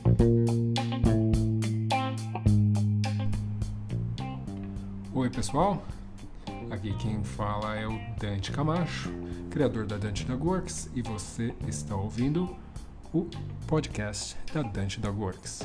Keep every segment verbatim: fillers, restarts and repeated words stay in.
Oi pessoal, aqui quem fala é o Dante Camacho, criador da Dante Dog Works, e você está ouvindo o podcast da Dante Dog Works.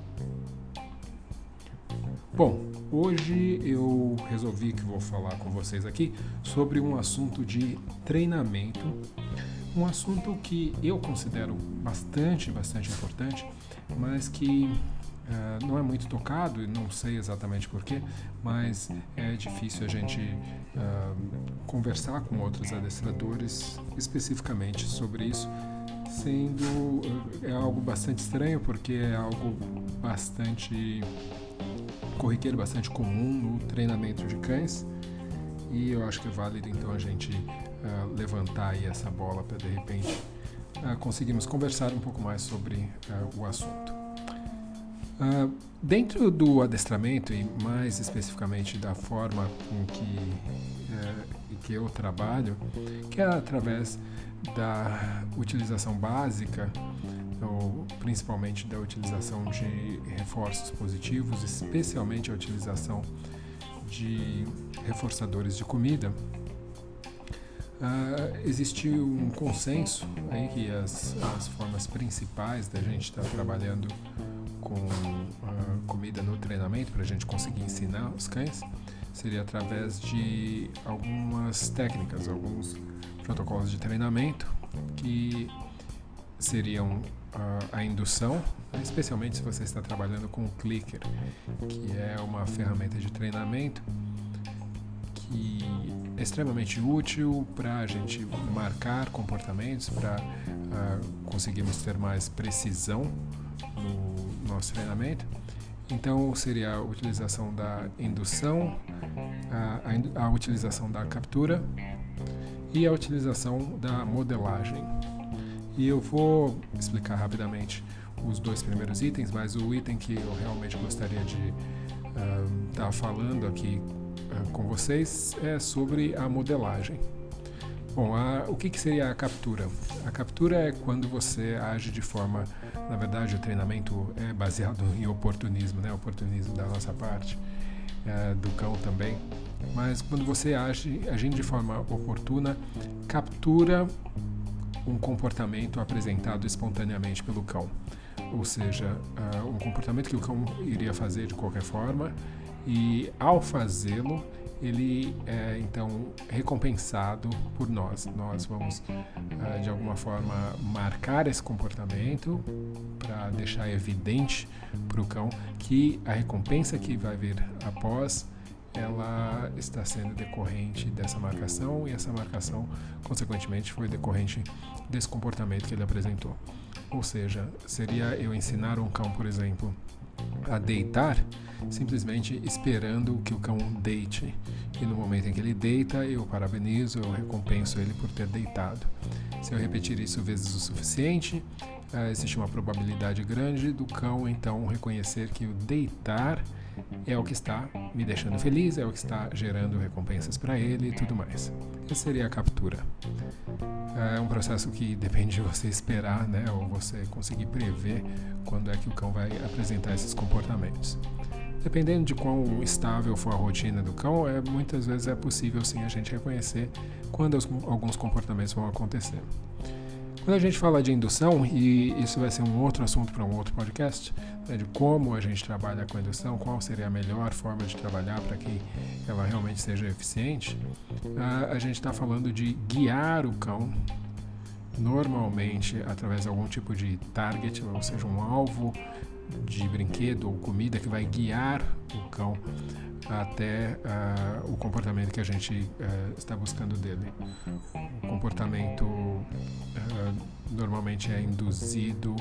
Bom, hoje eu resolvi que vou falar com vocês aqui sobre um assunto de treinamento, um assunto que eu considero bastante, bastante importante, mas que uh, não é muito tocado, e não sei exatamente porquê, mas é difícil a gente uh, conversar com outros adestradores especificamente sobre isso, sendo uh, é algo bastante estranho, porque é algo bastante corriqueiro, bastante comum no treinamento de cães, e eu acho que é válido então a gente uh, levantar aí essa bola para de repente uh, conseguirmos conversar um pouco mais sobre uh, o assunto. Uh, dentro do adestramento e mais especificamente da forma com que, uh, em que eu trabalho, que é através da utilização básica, ou principalmente da utilização de reforços positivos, especialmente a utilização de reforçadores de comida, uh, existe um consenso aí que as, as formas principais da gente estar tá trabalhando com uh, comida no treinamento para a gente conseguir ensinar os cães seria através de algumas técnicas, alguns protocolos de treinamento que seriam uh, a indução, especialmente se você está trabalhando com o clicker, que é uma ferramenta de treinamento que é extremamente útil para a gente marcar comportamentos, para uh, conseguirmos ter mais precisão no nosso treinamento. Então seria a utilização da indução, a, a, a utilização da captura e a utilização da modelagem. E eu vou explicar rapidamente os dois primeiros itens, mas o item que eu realmente gostaria de estar uh, tá falando aqui uh, com vocês é sobre a modelagem. Bom, a, o que, que seria a captura? A captura é quando você age de forma, na verdade o treinamento é baseado em oportunismo, né? Oportunismo da nossa parte, uh, do cão também, mas quando você age agindo de forma oportuna, captura um comportamento apresentado espontaneamente pelo cão, ou seja, uh, um comportamento que o cão iria fazer de qualquer forma, e ao fazê-lo ele é então recompensado por nós. Nós vamos uh, de alguma forma marcar esse comportamento para deixar evidente para o cão que a recompensa que vai vir após ela está sendo decorrente dessa marcação, e essa marcação, consequentemente, foi decorrente desse comportamento que ele apresentou. Ou seja, seria eu ensinar um cão, por exemplo, a deitar, simplesmente esperando que o cão deite. E no momento em que ele deita, eu parabenizo, eu recompenso ele por ter deitado. Se eu repetir isso vezes o suficiente, uh, existe uma probabilidade grande do cão, então, reconhecer que o deitar é o que está me deixando feliz, é o que está gerando recompensas para ele e tudo mais. Essa seria a captura. É um processo que depende de você esperar, né, ou você conseguir prever quando é que o cão vai apresentar esses comportamentos. Dependendo de quão estável for a rotina do cão, é, muitas vezes é possível sim a gente reconhecer quando os, alguns comportamentos vão acontecer. Quando a gente fala de indução, e isso vai ser um outro assunto para um outro podcast, né, de como a gente trabalha com a indução, qual seria a melhor forma de trabalhar para que ela realmente seja eficiente, a, a gente está falando de guiar o cão, normalmente através de algum tipo de target, ou seja, um alvo de brinquedo ou comida que vai guiar o cão até uh, o comportamento que a gente uh, está buscando dele. O comportamento uh, normalmente é induzido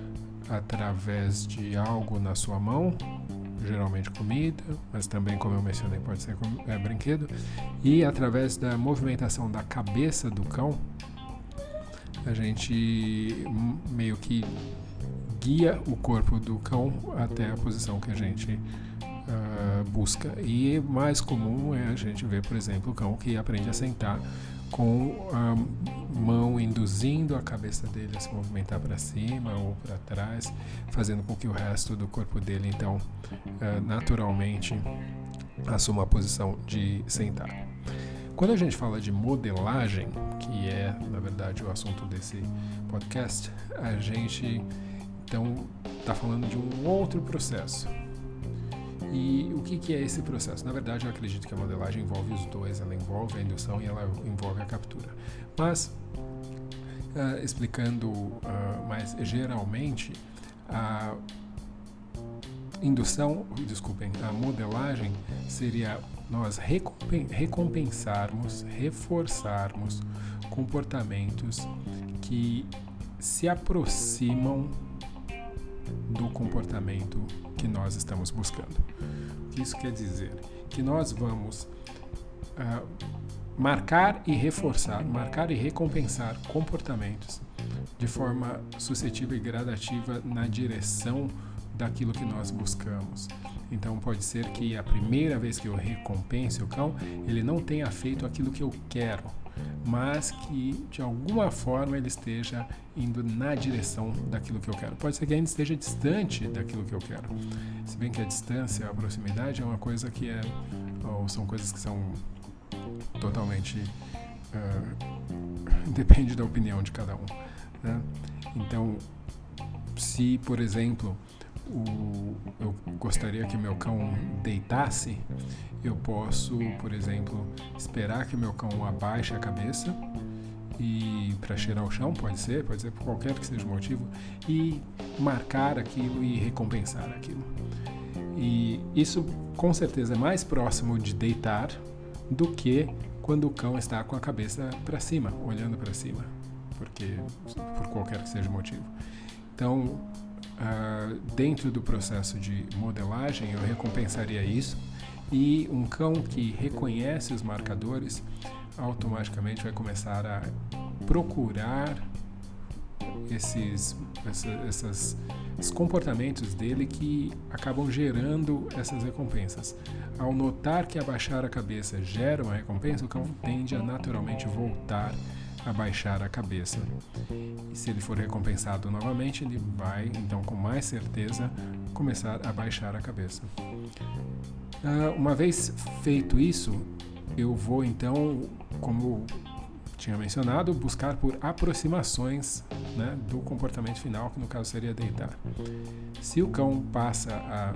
através de algo na sua mão, geralmente comida, mas também, como eu mencionei, pode ser é, brinquedo, e através da movimentação da cabeça do cão, a gente meio que guia o corpo do cão até a posição que a gente uh, busca. E mais comum é a gente ver, por exemplo, o cão que aprende a sentar com a mão induzindo a cabeça dele a se movimentar para cima ou para trás, fazendo com que o resto do corpo dele, então, naturalmente assuma a posição de sentar. Quando a gente fala de modelagem, que é, na verdade, o assunto desse podcast, a gente, então, está falando de um outro processo. E o que, que é esse processo? Na verdade, eu acredito que a modelagem envolve os dois. Ela envolve a indução e ela envolve a captura. Mas, uh, explicando uh, mais geralmente, a indução, desculpem, a modelagem seria nós recompen- recompensarmos, reforçarmos comportamentos que se aproximam do comportamento que nós estamos buscando. O que isso quer dizer? Que nós vamos uh, marcar e reforçar, marcar e recompensar comportamentos de forma sucessiva e gradativa na direção daquilo que nós buscamos. Então pode ser que a primeira vez que eu recompense o cão, ele não tenha feito aquilo que eu quero, mas que de alguma forma ele esteja indo na direção daquilo que eu quero. Pode ser que ainda esteja distante daquilo que eu quero. Se bem que a distância, a proximidade é uma coisa que é, ou são coisas que são totalmente uh, depende da opinião de cada um, né? Então, se, por exemplo, o, eu gostaria que o meu cão deitasse, eu posso, por exemplo, esperar que o meu cão abaixe a cabeça e para cheirar o chão, pode ser, pode ser por qualquer que seja o motivo, e marcar aquilo e recompensar aquilo. E isso com certeza é mais próximo de deitar do que quando o cão está com a cabeça para cima, olhando para cima, porque por qualquer que seja o motivo. Então, Uh, dentro do processo de modelagem, eu recompensaria isso, e um cão que reconhece os marcadores automaticamente vai começar a procurar esses, essa, essas, esses comportamentos dele que acabam gerando essas recompensas. Ao notar que abaixar a cabeça gera uma recompensa, o cão tende a naturalmente voltar a baixar a cabeça. E se ele for recompensado novamente, ele vai, então, com mais certeza, começar a baixar a cabeça. Uh, uma vez feito isso, eu vou, então, como tinha mencionado, buscar por aproximações, né, do comportamento final, que no caso seria deitar. Se o cão passa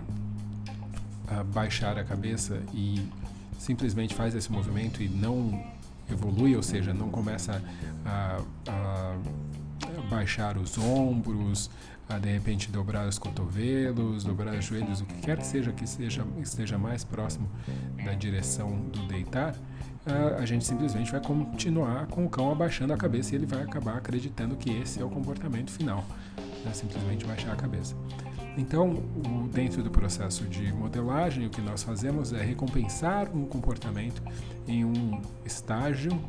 a, a baixar a cabeça e simplesmente faz esse movimento e não evolui, ou seja, não começa a, a baixar os ombros, a de repente dobrar os cotovelos, dobrar os joelhos, o que quer que seja que seja, esteja mais próximo da direção do deitar, a, a gente simplesmente vai continuar com o cão abaixando a cabeça e ele vai acabar acreditando que esse é o comportamento final, né? Simplesmente baixar a cabeça. Então, o, dentro do processo de modelagem, o que nós fazemos é recompensar um comportamento em um estágio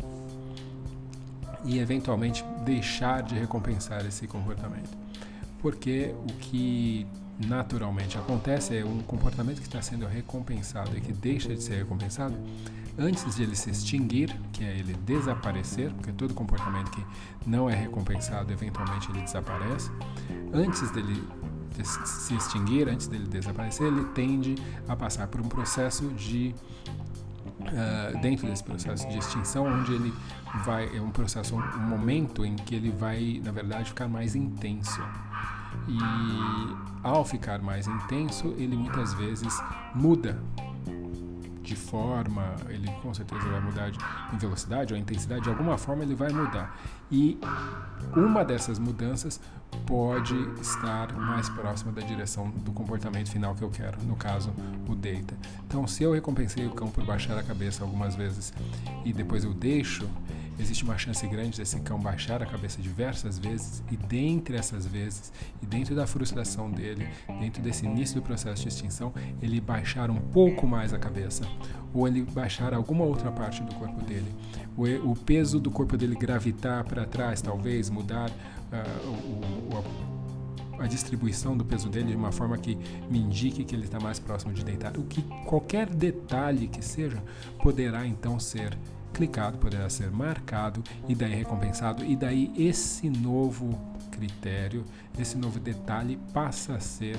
e, eventualmente, deixar de recompensar esse comportamento. Porque o que naturalmente acontece é um comportamento que está sendo recompensado e que deixa de ser recompensado, antes de ele se extinguir, que é ele desaparecer, porque todo comportamento que não é recompensado, eventualmente ele desaparece, antes dele se extinguir, antes dele desaparecer, ele tende a passar por um processo de uh, dentro desse processo de extinção, onde ele vai, é um processo, um momento em que ele vai, na verdade, ficar mais intenso. E ao ficar mais intenso, ele muitas vezes muda de forma, ele com certeza vai mudar de, em velocidade ou intensidade, de alguma forma ele vai mudar. E uma dessas mudanças pode estar mais próxima da direção do comportamento final que eu quero, no caso, o deita. Então, se eu recompensei o cão por baixar a cabeça algumas vezes e depois eu deixo, existe uma chance grande desse cão baixar a cabeça diversas vezes, e dentre essas vezes, e dentro da frustração dele, dentro desse início do processo de extinção, ele baixar um pouco mais a cabeça, ou ele baixar alguma outra parte do corpo dele, o, o peso do corpo dele gravitar para trás, talvez, mudar uh, o, o, a distribuição do peso dele de uma forma que me indique que ele está mais próximo de deitar. O que, qualquer detalhe que seja, poderá então ser clicado, poderá ser marcado e daí recompensado, e daí esse novo critério, esse novo detalhe passa a ser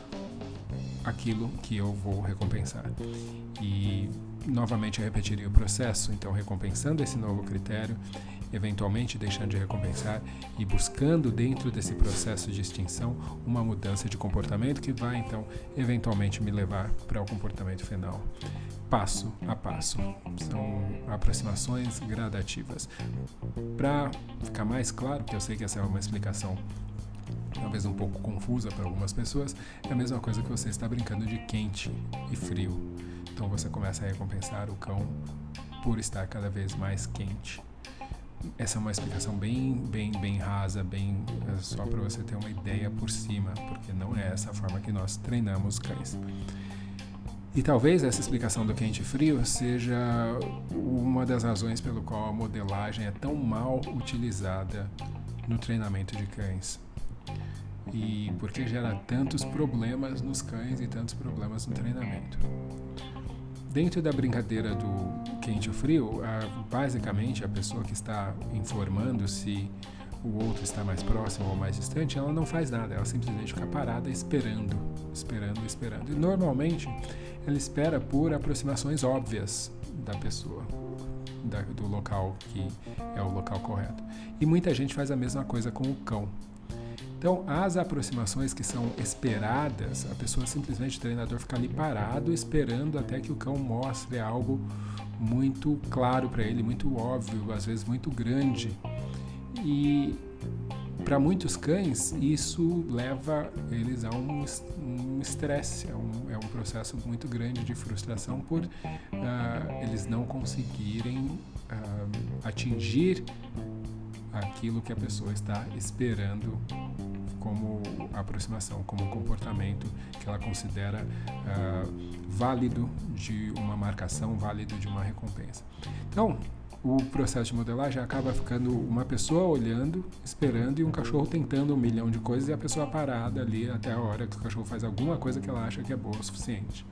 aquilo que eu vou recompensar. E novamente eu repetiria o processo, então recompensando esse novo critério, eventualmente deixando de recompensar e buscando dentro desse processo de extinção uma mudança de comportamento que vai então eventualmente me levar para o comportamento final. Passo a passo, são aproximações gradativas. Para ficar mais claro, que eu sei que essa é uma explicação talvez um pouco confusa para algumas pessoas, é a mesma coisa que você está brincando de quente e frio. Então você começa a recompensar o cão por estar cada vez mais quente. Essa é uma explicação bem, bem, bem rasa, bem é só para você ter uma ideia por cima, porque não é essa a forma que nós treinamos cães. E talvez essa explicação do quente e frio seja uma das razões pelo qual a modelagem é tão mal utilizada no treinamento de cães. E porque gera tantos problemas nos cães e tantos problemas no treinamento. Dentro da brincadeira do quente ou frio, a, basicamente a pessoa que está informando se o outro está mais próximo ou mais distante, ela não faz nada, ela simplesmente fica parada esperando, esperando, esperando. E normalmente ela espera por aproximações óbvias da pessoa, da, do local que é o local correto. E muita gente faz a mesma coisa com o cão. Então, as aproximações que são esperadas, a pessoa simplesmente, o treinador fica ali parado, esperando até que o cão mostre algo muito claro para ele, muito óbvio, às vezes muito grande. E para muitos cães, isso leva eles a um estresse, é um, é um processo muito grande de frustração por uh, eles não conseguirem uh, atingir aquilo que a pessoa está esperando como aproximação, como comportamento que ela considera uh, válido de uma marcação, válido de uma recompensa. Então, o processo de modelagem acaba ficando uma pessoa olhando, esperando, e um cachorro tentando um milhão de coisas e a pessoa parada ali até a hora que o cachorro faz alguma coisa que ela acha que é boa o suficiente.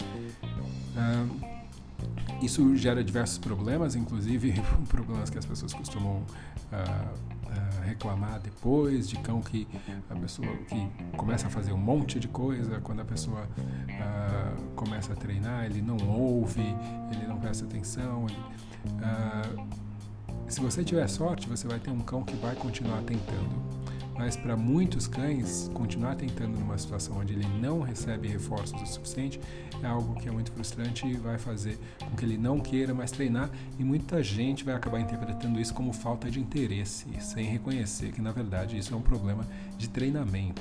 Uh, Isso gera diversos problemas, inclusive problemas que as pessoas costumam uh, uh, reclamar depois, de cão que a pessoa que começa a fazer um monte de coisa, quando a pessoa uh, começa a treinar, ele não ouve, ele não presta atenção. Ele, uh, se você tiver sorte, você vai ter um cão que vai continuar tentando. Mas para muitos cães, continuar tentando numa situação onde ele não recebe reforços o suficiente é algo que é muito frustrante e vai fazer com que ele não queira mais treinar, e muita gente vai acabar interpretando isso como falta de interesse, sem reconhecer que na verdade isso é um problema de treinamento.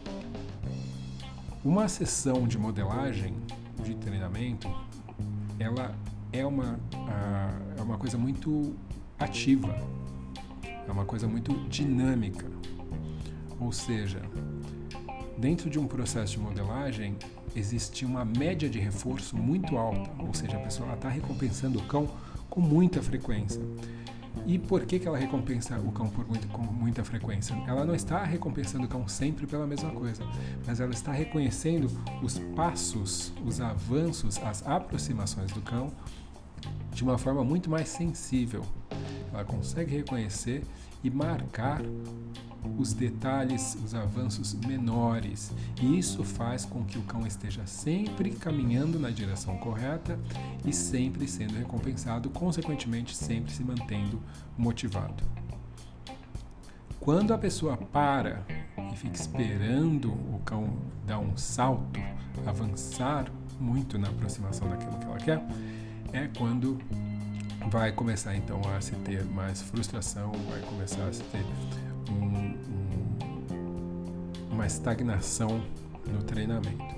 Uma sessão de modelagem de treinamento, ela é uma, uh, é uma coisa muito ativa, é uma coisa muito dinâmica. Ou seja, dentro de um processo de modelagem, existe uma média de reforço muito alta, ou seja, a pessoa está recompensando o cão com muita frequência. E por que, que ela recompensa o cão por muito, com muita frequência? Ela não está recompensando o cão sempre pela mesma coisa, mas ela está reconhecendo os passos, os avanços, as aproximações do cão de uma forma muito mais sensível. Ela consegue reconhecer e marcar os detalhes, os avanços menores, e isso faz com que o cão esteja sempre caminhando na direção correta e sempre sendo recompensado, consequentemente sempre se mantendo motivado. Quando a pessoa para e fica esperando o cão dar um salto, avançar muito na aproximação daquilo que ela quer, é quando vai começar então a se ter mais frustração, vai começar a se ter um, um, uma estagnação no treinamento.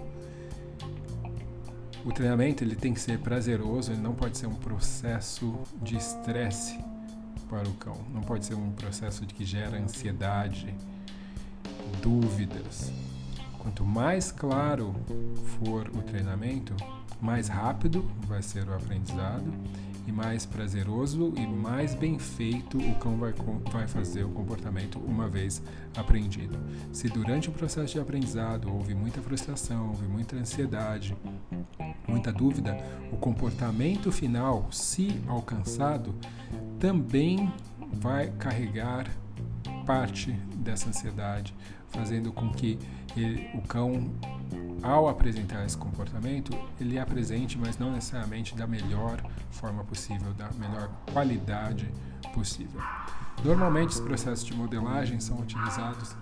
O treinamento ele tem que ser prazeroso, ele não pode ser um processo de estresse para o cão, não pode ser um processo que gera ansiedade, dúvidas. Quanto mais claro for o treinamento, mais rápido vai ser o aprendizado e mais prazeroso e mais bem feito o cão vai, vai fazer o comportamento uma vez aprendido. Se durante o processo de aprendizado houve muita frustração, houve muita ansiedade, muita dúvida, o comportamento final, se alcançado, também vai carregar parte dessa ansiedade, fazendo com que ele, o cão, ao apresentar esse comportamento, ele apresente, mas não necessariamente da melhor forma possível, da melhor qualidade possível. Normalmente, os processos de modelagem são utilizados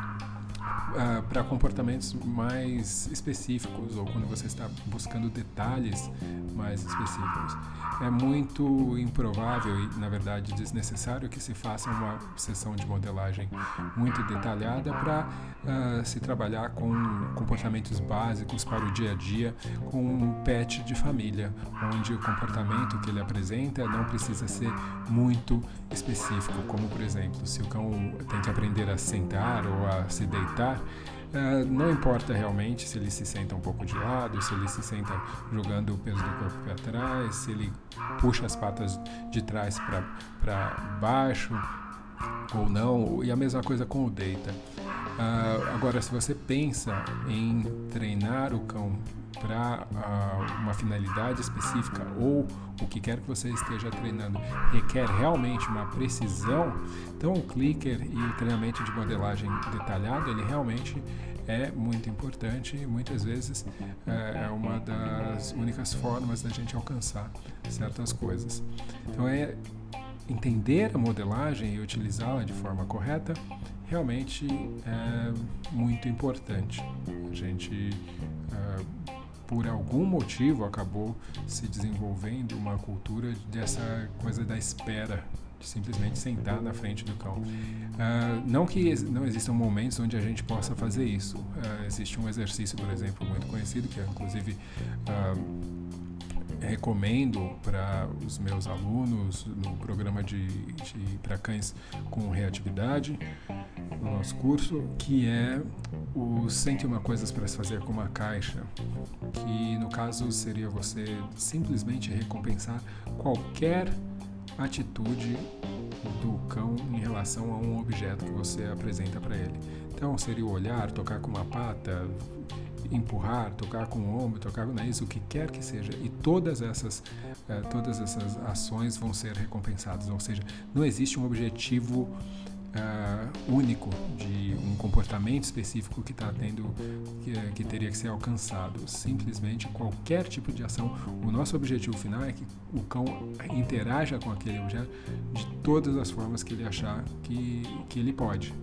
uh, para comportamentos mais específicos, ou quando você está buscando detalhes mais específicos. É muito improvável e, na verdade, desnecessário que se faça uma sessão de modelagem muito detalhada para uh, se trabalhar com comportamentos básicos para o dia a dia com um pet de família, onde o comportamento que ele apresenta não precisa ser muito específico, como, por exemplo, se o cão tem que aprender a sentar ou a se deitar, Uh, não importa realmente se ele se senta um pouco de lado, se ele se senta jogando o peso do corpo para trás, se ele puxa as patas de trás para baixo ou não, e a mesma coisa com o deita. Uh, agora, se você pensa em treinar o cão para uh, uma finalidade específica, ou o que quer que você esteja treinando requer realmente uma precisão, então o clicker e o treinamento de modelagem detalhado, ele realmente é muito importante e muitas vezes é uma das únicas formas da gente alcançar certas coisas. Então é entender a modelagem e utilizá-la de forma correta realmente é muito importante. A gente é, por algum motivo acabou se desenvolvendo uma cultura dessa coisa da espera, de simplesmente sentar na frente do cão. Uh, não que não existam momentos onde a gente possa fazer isso. Uh, existe um exercício, por exemplo, muito conhecido, que eu inclusive uh, recomendo para os meus alunos no programa de, de para cães com reatividade, no nosso curso, que é o cento e uma coisas para se fazer com uma caixa, que no caso seria você simplesmente recompensar qualquer atitude do cão em relação a um objeto que você apresenta para ele. Então seria o olhar, tocar com uma pata, empurrar, tocar com o ombro, tocar com o nariz, o que quer que seja, e todas essas, uh, todas essas ações vão ser recompensadas, ou seja, não existe um objetivo uh, único de um comportamento específico que está tendo, que, que teria que ser alcançado. Simplesmente qualquer tipo de ação, o nosso objetivo final é que o cão interaja com aquele objeto de todas as formas que ele achar que, que ele pode.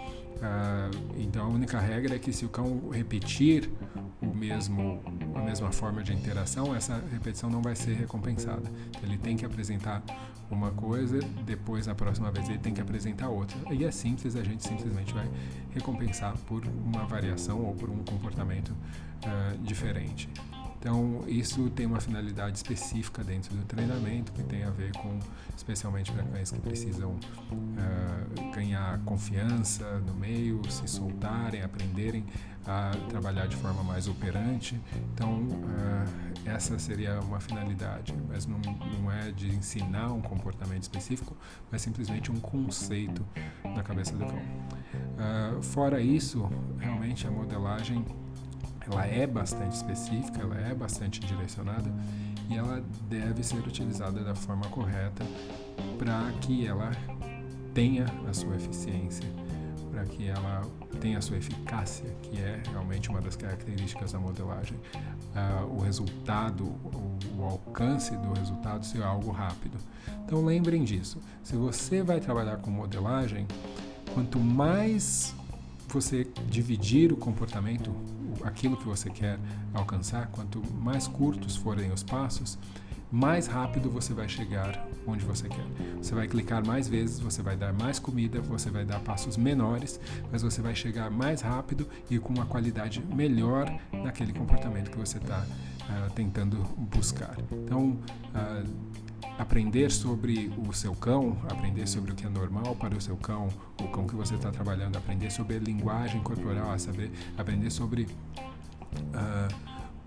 Uh, então a única regra é que se o cão repetir o mesmo, a mesma forma de interação, essa repetição não vai ser recompensada. Ele tem que apresentar uma coisa, depois na próxima vez ele tem que apresentar outra. E é simples, a gente simplesmente vai recompensar por uma variação ou por um comportamento uh, diferente. Então, isso tem uma finalidade específica dentro do treinamento, que tem a ver com, especialmente para cães que precisam uh, ganhar confiança no meio, se soltarem, aprenderem a trabalhar de forma mais operante. Então, uh, essa seria uma finalidade, mas não, não é de ensinar um comportamento específico, mas simplesmente um conceito na cabeça do cão. Uh, fora isso, realmente a modelagem ela é bastante específica, ela é bastante direcionada e ela deve ser utilizada da forma correta para que ela tenha a sua eficiência, para que ela tenha a sua eficácia, que é realmente uma das características da modelagem. Uh, o resultado, o, o alcance do resultado ser algo rápido. Então lembrem disso. Se você vai trabalhar com modelagem, quanto mais você dividir o comportamento, aquilo que você quer alcançar, quanto mais curtos forem os passos, mais rápido você vai chegar onde você quer. Você vai clicar mais vezes, você vai dar mais comida, você vai dar passos menores, mas você vai chegar mais rápido e com uma qualidade melhor naquele comportamento que você está uh, tentando buscar. Então, uh, aprender sobre o seu cão, aprender sobre o que é normal para o seu cão, o cão que você está trabalhando, aprender sobre a linguagem corporal, saber, aprender sobre uh,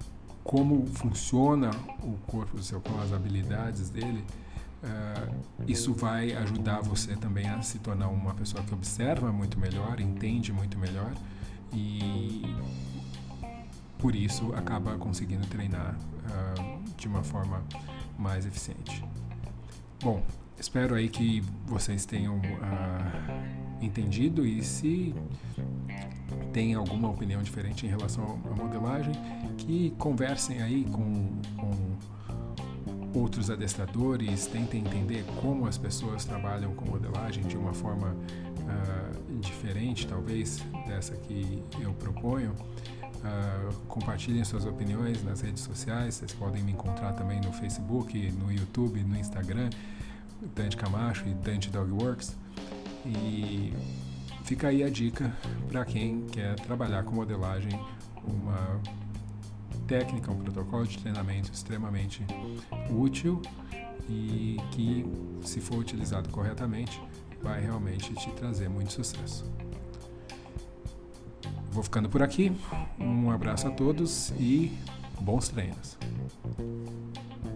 como funciona o corpo do seu cão, as habilidades dele, uh, isso vai ajudar você também a se tornar uma pessoa que observa muito melhor, entende muito melhor e por isso acaba conseguindo treinar uh, de uma forma mais eficiente. Bom, espero aí que vocês tenham uh, entendido e se tem alguma opinião diferente em relação à modelagem, que conversem aí com, com outros adestradores, tentem entender como as pessoas trabalham com modelagem de uma forma uh, diferente, talvez, dessa que eu proponho. Uh, compartilhem suas opiniões nas redes sociais, vocês podem me encontrar também no Facebook, no YouTube, no Instagram, Dante Camacho e Dante Dogworks. E fica aí a dica para quem quer trabalhar com modelagem, uma técnica, um protocolo de treinamento extremamente útil e que, se for utilizado corretamente, vai realmente te trazer muito sucesso. Vou ficando por aqui, um abraço a todos e bons treinos!